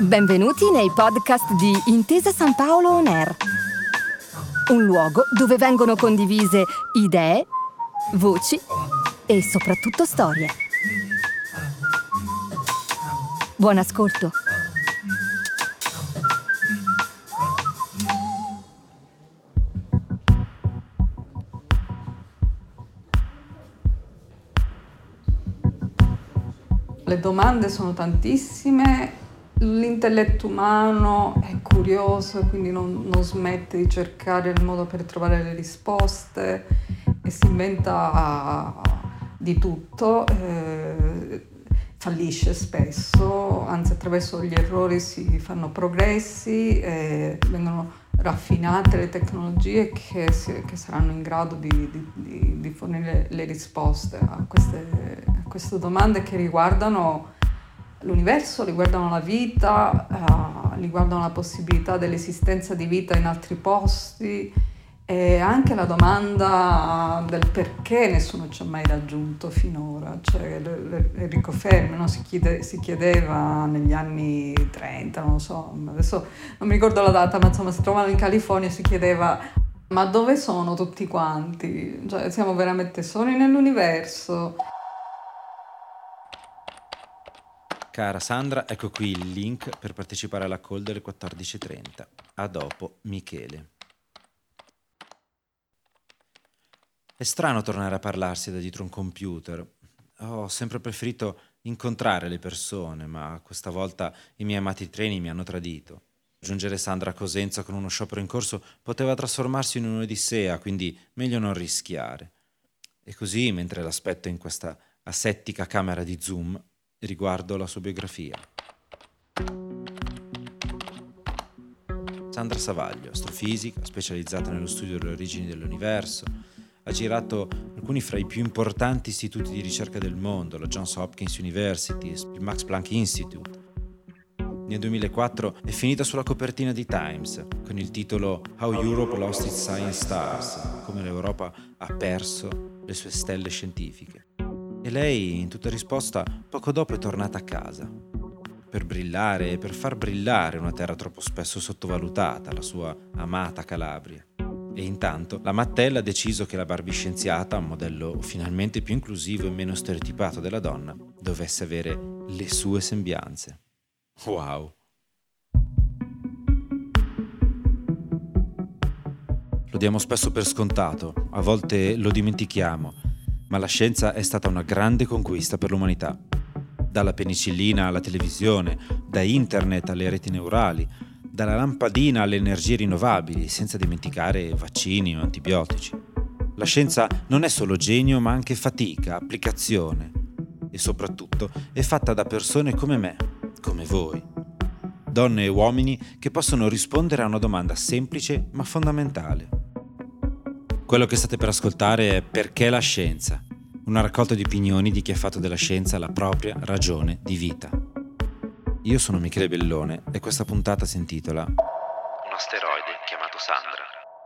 Benvenuti nei podcast di Intesa San Paolo On Air, un luogo dove vengono condivise idee, voci e soprattutto storie. Buon ascolto. Le domande sono tantissime, l'intelletto umano è curioso e quindi non smette di cercare il modo per trovare le risposte e si inventa di tutto, fallisce spesso, anzi attraverso gli errori si fanno progressi, vengono raffinate le tecnologie che saranno in grado di fornire le risposte a queste domande che riguardano l'universo, riguardano la vita, riguardano la possibilità dell'esistenza di vita in altri posti e anche la domanda del perché nessuno ci ha mai raggiunto finora. Cioè, Enrico Fermi, no? si chiedeva negli anni 30, non lo so, adesso non mi ricordo la data, ma insomma si trovavano in California e si chiedeva: ma dove sono tutti quanti? Cioè, siamo veramente soli nell'universo? Cara Sandra, ecco qui il link per partecipare alla call delle 14:30. A dopo, Michele. È strano tornare a parlarsi da dietro un computer. Ho sempre preferito incontrare le persone, ma questa volta i miei amati treni mi hanno tradito. Raggiungere Sandra a Cosenza con uno sciopero in corso poteva trasformarsi in un'odissea, quindi meglio non rischiare. E così, mentre l'aspetto in questa asettica camera di Zoom, riguardo la sua biografia. Sandra Savaglio, astrofisica, specializzata nello studio delle origini dell'universo, ha girato alcuni fra i più importanti istituti di ricerca del mondo, la Johns Hopkins University, il Max Planck Institute. Nel 2004 è finita sulla copertina di Times con il titolo How Europe Lost Its Science Stars, come l'Europa ha perso le sue stelle scientifiche. E lei, in tutta risposta, poco dopo è tornata a casa, per brillare e per far brillare una terra troppo spesso sottovalutata, la sua amata Calabria. E intanto la Mattel ha deciso che la Barbie scienziata, un modello finalmente più inclusivo e meno stereotipato della donna, dovesse avere le sue sembianze. Wow! Lo diamo spesso per scontato, a volte lo dimentichiamo, ma la scienza è stata una grande conquista per l'umanità. Dalla penicillina alla televisione, da internet alle reti neurali, dalla lampadina alle energie rinnovabili, senza dimenticare vaccini o antibiotici. La scienza non è solo genio, ma anche fatica, applicazione. E soprattutto è fatta da persone come me, come voi. Donne e uomini che possono rispondere a una domanda semplice ma fondamentale. Quello che state per ascoltare è Perché la scienza? Una raccolta di opinioni di chi ha fatto della scienza la propria ragione di vita. Io sono Michele Bellone e questa puntata si intitola Un asteroide chiamato Sandra.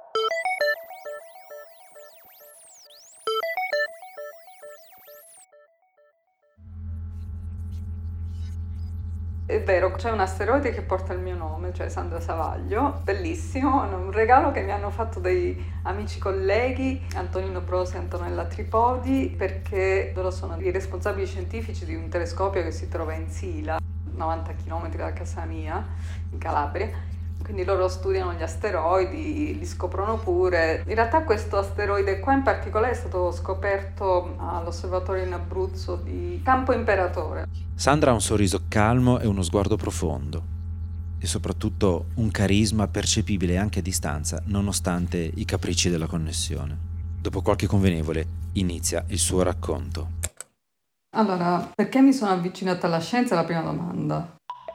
È vero, c'è un asteroide che porta il mio nome, cioè Sandra Savaglio, bellissimo, è un regalo che mi hanno fatto dei amici colleghi, Antonino Brosi e Antonella Tripodi, perché loro sono i responsabili scientifici di un telescopio che si trova in Sila, 90 km da casa mia, in Calabria. Quindi loro studiano gli asteroidi, li scoprono pure. In realtà questo asteroide qua in particolare è stato scoperto all'osservatorio in Abruzzo di Campo Imperatore. Sandra ha un sorriso calmo e uno sguardo profondo. E soprattutto un carisma percepibile anche a distanza, nonostante i capricci della connessione. Dopo qualche convenevole, inizia il suo racconto. Allora, perché mi sono avvicinata alla scienza è la prima domanda.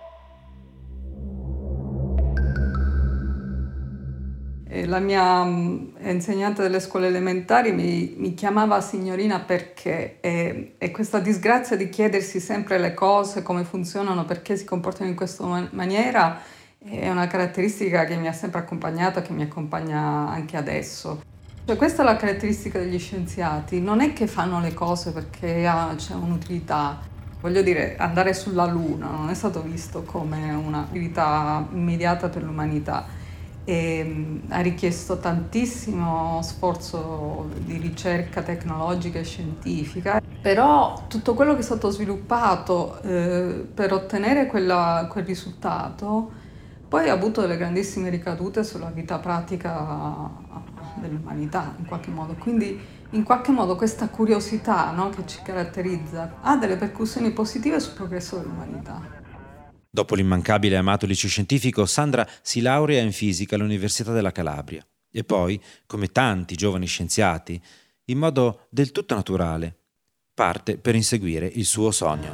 La mia insegnante delle scuole elementari mi chiamava signorina perché e questa disgrazia di chiedersi sempre le cose, come funzionano, perché si comportano in questa maniera, è una caratteristica che mi ha sempre accompagnata, che mi accompagna anche adesso. Cioè, questa è la caratteristica degli scienziati, non è che fanno le cose perché c'è un'utilità, Voglio dire, andare sulla Luna non è stato visto come un'attività immediata per l'umanità e ha richiesto tantissimo sforzo di ricerca tecnologica e scientifica, però tutto quello che è stato sviluppato per ottenere quel risultato poi ha avuto delle grandissime ricadute sulla vita pratica dell'umanità in qualche modo. Quindi in qualche modo questa curiosità, no, che ci caratterizza ha delle percussioni positive sul progresso dell'umanità. Dopo l'immancabile e amato liceo scientifico, Sandra si laurea in fisica all'Università della Calabria e poi, come tanti giovani scienziati, in modo del tutto naturale, parte per inseguire il suo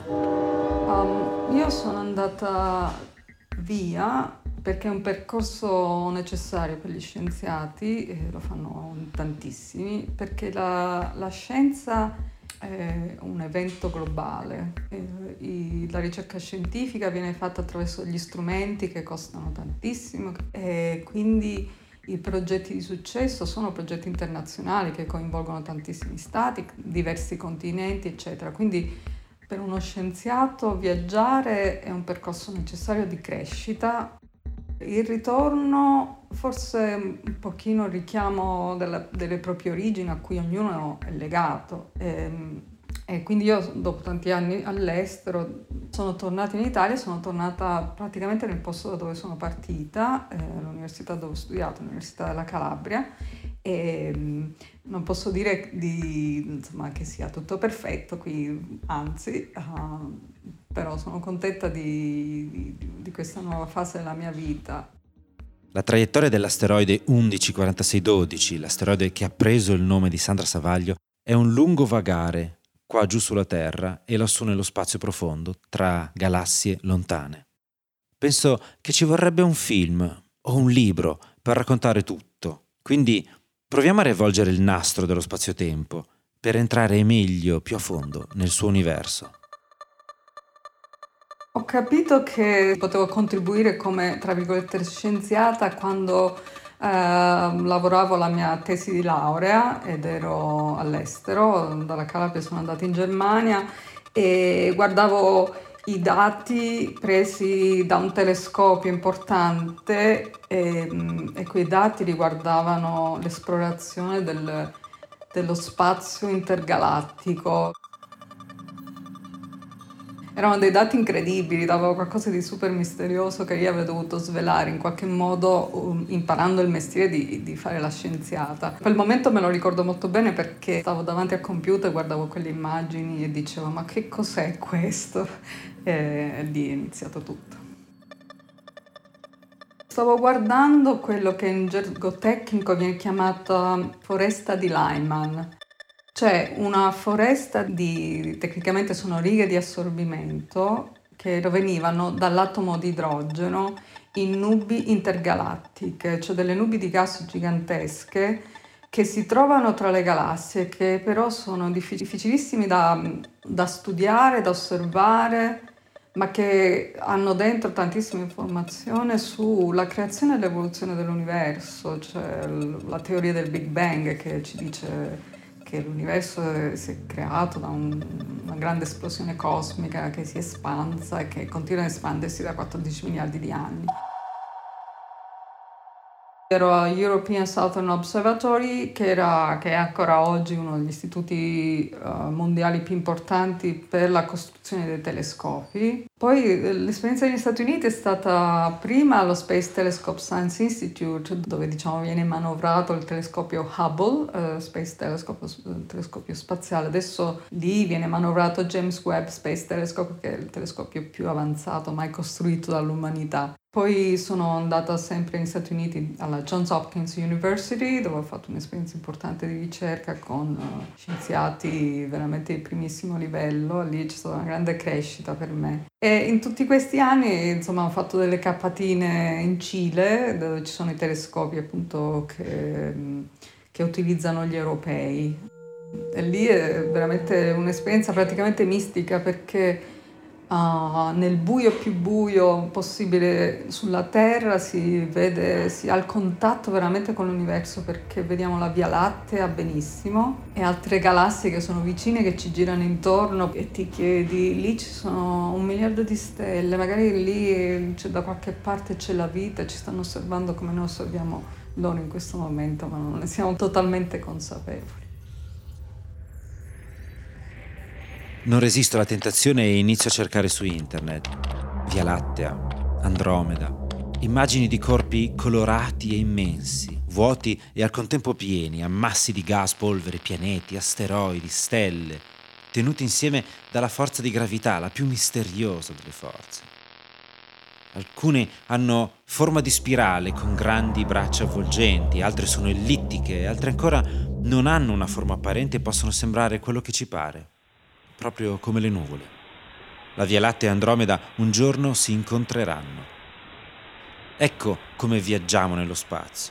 sogno. Io sono andata via perché è un percorso necessario per gli scienziati, e lo fanno tantissimi, perché la scienza è un evento globale. La ricerca scientifica viene fatta attraverso gli strumenti che costano tantissimo e quindi i progetti di successo sono progetti internazionali che coinvolgono tantissimi stati, diversi continenti, eccetera. Quindi per uno scienziato viaggiare è un percorso necessario di crescita. Il ritorno forse un pochino il richiamo delle proprie origini a cui ognuno è legato. E quindi io dopo tanti anni all'estero sono tornata in Italia, sono tornata praticamente nel posto da dove sono partita, l'università dove ho studiato, l'Università della Calabria, e non posso dire insomma, che sia tutto perfetto qui, anzi, però sono contenta di questa nuova fase della mia vita. La traiettoria dell'asteroide 114612, l'asteroide che ha preso il nome di Sandra Savaglio, è un lungo vagare qua giù sulla Terra e lassù nello spazio profondo tra galassie lontane. Penso che ci vorrebbe un film o un libro per raccontare tutto, quindi proviamo a rivolgere il nastro dello spazio-tempo per entrare meglio, più a fondo, nel suo universo. Ho capito che potevo contribuire come, tra virgolette, scienziata quando lavoravo alla mia tesi di laurea ed ero all'estero. Dalla Calabria sono andata in Germania e guardavo i dati presi da un telescopio importante e quei dati riguardavano l'esplorazione dello spazio intergalattico. Erano dei dati incredibili, davano qualcosa di super misterioso che io avrei dovuto svelare in qualche modo imparando il mestiere di fare la scienziata. Quel momento me lo ricordo molto bene perché stavo davanti al computer, guardavo quelle immagini e dicevo ma che cos'è questo? E lì è iniziato tutto. Stavo guardando quello che in gergo tecnico viene chiamata foresta di Lyman. C'è una foresta tecnicamente sono righe di assorbimento che provenivano dall'atomo di idrogeno in nubi intergalattiche, cioè delle nubi di gas gigantesche che si trovano tra le galassie, che però sono difficilissimi da studiare, da osservare, ma che hanno dentro tantissima informazione sulla creazione e l'evoluzione dell'universo, cioè la teoria del Big Bang che ci dice che l'universo si è creato da una grande esplosione cosmica che si è espansa e che continua a espandersi da 14 miliardi di anni. Ero a European Southern Observatory, che è ancora oggi uno degli istituti mondiali più importanti per la costruzione dei telescopi. Poi l'esperienza negli Stati Uniti è stata prima allo Space Telescope Science Institute, dove viene manovrato il telescopio Hubble, Space Telescope, telescopio spaziale. Adesso lì viene manovrato James Webb Space Telescope, che è il telescopio più avanzato mai costruito dall'umanità. Poi sono andata sempre negli Stati Uniti alla Johns Hopkins University, dove ho fatto un'esperienza importante di ricerca con scienziati veramente di primissimo livello. Lì c'è stata una grande crescita per me. E in tutti questi anni, insomma, ho fatto delle cappatine in Cile, dove ci sono i telescopi appunto che utilizzano gli europei. E lì è veramente un'esperienza praticamente mistica perché nel buio più buio possibile sulla Terra si ha il contatto veramente con l'universo, perché vediamo la Via Lattea benissimo e altre galassie che sono vicine, che ci girano intorno, e ti chiedi, lì ci sono 1 miliardo di stelle, magari lì da qualche parte c'è la vita, ci stanno osservando come noi osserviamo loro in questo momento, ma non ne siamo totalmente consapevoli. Non resisto alla tentazione e inizio a cercare su internet. Via Lattea, Andromeda, immagini di corpi colorati e immensi, vuoti e al contempo pieni, ammassi di gas, polvere, pianeti, asteroidi, stelle, tenuti insieme dalla forza di gravità, la più misteriosa delle forze. Alcune hanno forma di spirale con grandi braccia avvolgenti, altre sono ellittiche, altre ancora non hanno una forma apparente e possono sembrare quello che ci pare. Proprio come le nuvole. La Via Lattea e Andromeda un giorno si incontreranno. Ecco come viaggiamo nello spazio.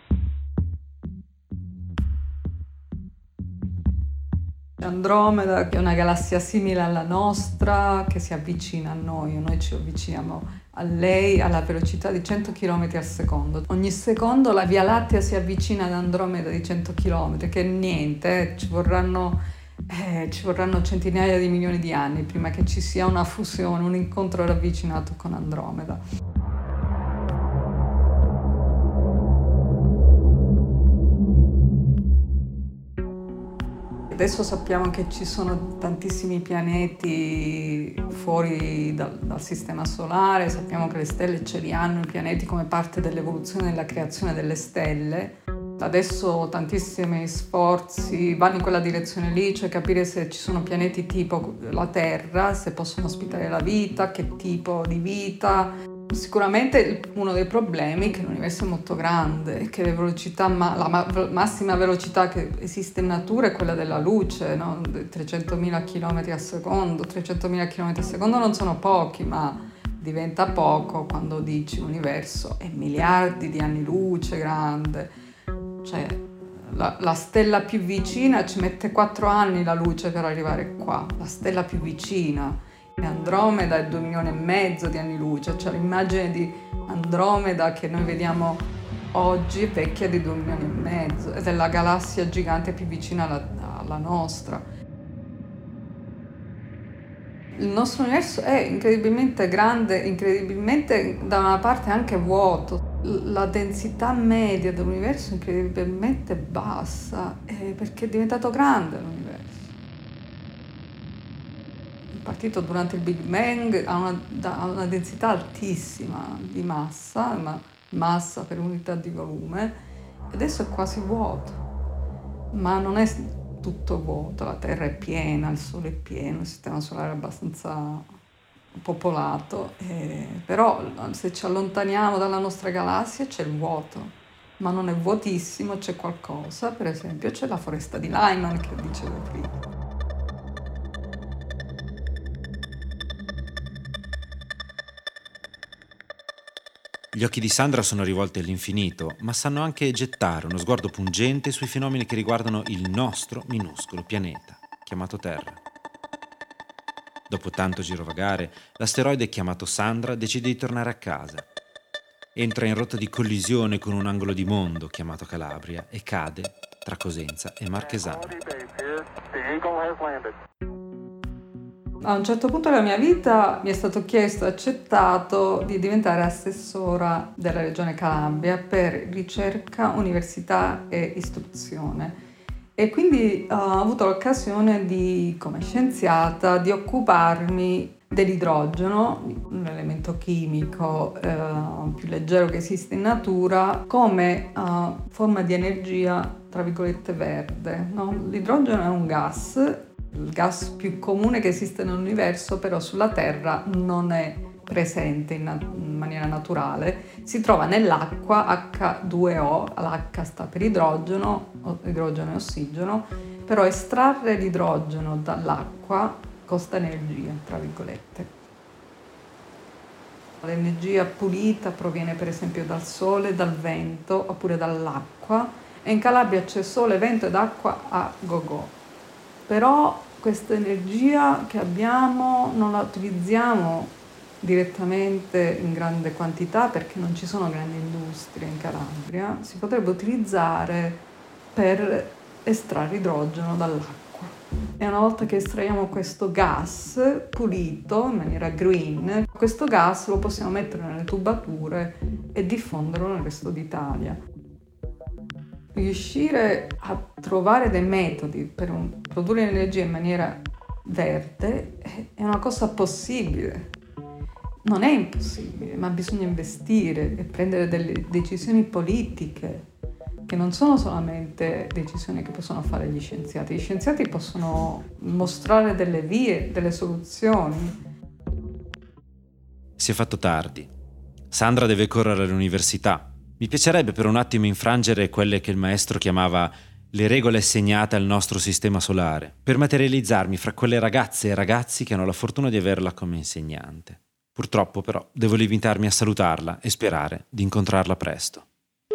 Andromeda, che è una galassia simile alla nostra, che si avvicina a noi ci avviciniamo a lei alla velocità di 100 km al secondo. Ogni secondo la Via Lattea si avvicina ad Andromeda di 100 km, che è niente, ci vorranno centinaia di milioni di anni prima che ci sia una fusione, un incontro ravvicinato con Andromeda. Adesso sappiamo che ci sono tantissimi pianeti fuori dal sistema solare, sappiamo che le stelle ce li hanno i pianeti come parte dell'evoluzione e della creazione delle stelle. Adesso tantissimi sforzi vanno in quella direzione lì, cioè capire se ci sono pianeti tipo la Terra, se possono ospitare la vita, che tipo di vita. Sicuramente uno dei problemi è che l'universo è molto grande e che la massima velocità che esiste in natura è quella della luce, no? 300.000 km al secondo. 300.000 km al secondo non sono pochi, ma diventa poco quando dici l'universo è miliardi di anni luce grande. Cioè, la stella più vicina ci mette 4 anni la luce per arrivare qua, la stella più vicina. E Andromeda è 2,5 milioni di anni luce, cioè l'immagine di Andromeda che noi vediamo oggi è vecchia di 2,5 milioni ed è la galassia gigante più vicina alla nostra. Il nostro universo è incredibilmente grande, incredibilmente da una parte anche vuoto. La densità media dell'universo è incredibilmente bassa, perché è diventato grande l'universo. È partito durante il Big Bang, ha una densità altissima di massa, ma massa per unità di volume, e adesso è quasi vuoto. Ma non è tutto vuoto, la Terra è piena, il Sole è pieno, il sistema solare è abbastanza popolato, però se ci allontaniamo dalla nostra galassia c'è il vuoto, ma non è vuotissimo, c'è qualcosa, per esempio c'è la foresta di Lyman che dicevo prima. Gli occhi di Sandra sono rivolti all'infinito, ma sanno anche gettare uno sguardo pungente sui fenomeni che riguardano il nostro minuscolo pianeta, chiamato Terra. Dopo tanto girovagare, l'asteroide chiamato Sandra decide di tornare a casa. Entra in rotta di collisione con un angolo di mondo chiamato Calabria e cade tra Cosenza e Marchesano. A un certo punto della mia vita mi è stato chiesto e accettato di diventare assessora della Regione Calabria per ricerca, università e istruzione. E quindi ho avuto l'occasione come scienziata di occuparmi dell'idrogeno, un elemento chimico più leggero che esiste in natura, come forma di energia, tra virgolette, verde, no? L'idrogeno è un gas, il gas più comune che esiste nell'universo, però sulla Terra non è presente in maniera naturale. Si trova nell'acqua, H2O, l'H sta per idrogeno e ossigeno, però estrarre l'idrogeno dall'acqua costa energia, tra virgolette. L'energia pulita proviene per esempio dal sole, dal vento oppure dall'acqua, e in Calabria c'è sole, vento ed acqua a go-go. Però questa energia che abbiamo non la utilizziamo direttamente in grande quantità perché non ci sono grandi industrie in Calabria, si potrebbe utilizzare per estrarre idrogeno dall'acqua. E una volta che estraiamo questo gas pulito in maniera green, questo gas lo possiamo mettere nelle tubature e diffonderlo nel resto d'Italia. Riuscire a trovare dei metodi per produrre energia in maniera verde è una cosa possibile. Non è impossibile, ma bisogna investire e prendere delle decisioni politiche che non sono solamente decisioni che possono fare gli scienziati. Gli scienziati possono mostrare delle vie, delle soluzioni. Si è fatto tardi. Sandra deve correre all'università. Mi piacerebbe per un attimo infrangere quelle che il maestro chiamava le regole assegnate al nostro sistema solare, per materializzarmi fra quelle ragazze e ragazzi che hanno la fortuna di averla come insegnante. Purtroppo però devo limitarmi a salutarla e sperare di incontrarla presto.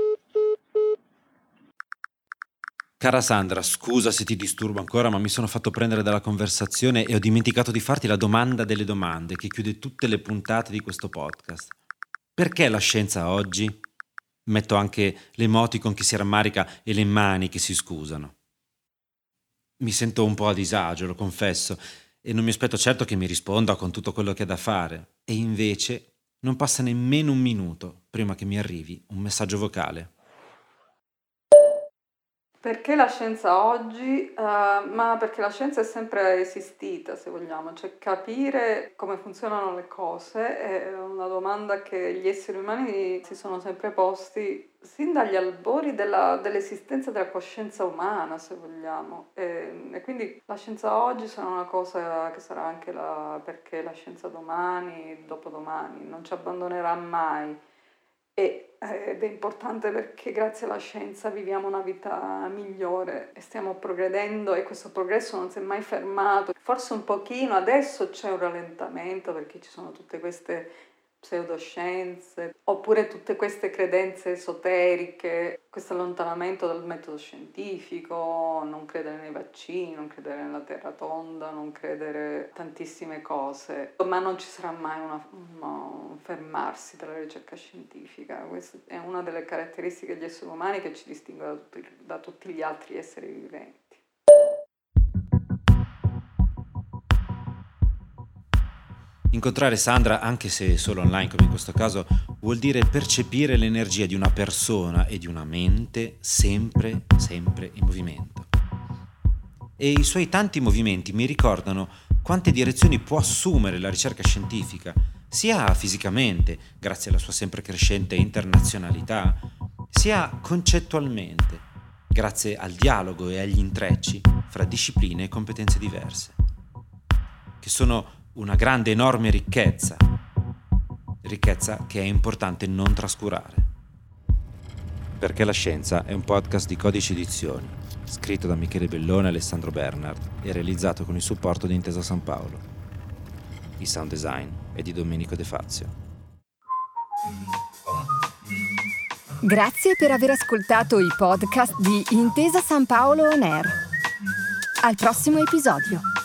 Cara Sandra, scusa se ti disturbo ancora, ma mi sono fatto prendere dalla conversazione e ho dimenticato di farti la domanda delle domande che chiude tutte le puntate di questo podcast. Perché la scienza oggi? Metto anche l'emoticon che si rammarica e le mani che si scusano. Mi sento un po' a disagio, lo confesso, e non mi aspetto certo che mi risponda con tutto quello che ha da fare. E invece non passa nemmeno un minuto prima che mi arrivi un messaggio vocale. Perché la scienza oggi? Ma perché la scienza è sempre esistita, se vogliamo, cioè capire come funzionano le cose è una domanda che gli esseri umani si sono sempre posti sin dagli albori dell'esistenza della coscienza umana, se vogliamo. E quindi la scienza oggi sarà una cosa che sarà anche perché la scienza domani, dopodomani, non ci abbandonerà mai. Ed è importante perché grazie alla scienza viviamo una vita migliore e stiamo progredendo e questo progresso non si è mai fermato. Forse un pochino, adesso c'è un rallentamento perché ci sono tutte queste pseudoscienze oppure tutte queste credenze esoteriche, questo allontanamento dal metodo scientifico, non credere nei vaccini, non credere nella terra tonda, non credere tantissime cose, ma non ci sarà mai un fermarsi della ricerca scientifica. Questa è una delle caratteristiche degli esseri umani che ci distingue da tutti gli altri esseri viventi. Incontrare Sandra, anche se solo online come in questo caso, vuol dire percepire l'energia di una persona e di una mente sempre in movimento. E i suoi tanti movimenti mi ricordano quante direzioni può assumere la ricerca scientifica, sia fisicamente, grazie alla sua sempre crescente internazionalità, sia concettualmente, grazie al dialogo e agli intrecci fra discipline e competenze diverse, che sono una grande, enorme ricchezza che è importante non trascurare. Perché la scienza è un podcast di Codici Edizioni, scritto da Michele Bellone e Alessandro Bernard e realizzato con il supporto di Intesa San Paolo. Il sound design è di Domenico De Fazio. Grazie per aver ascoltato i podcast di Intesa San Paolo On Air. Al prossimo episodio.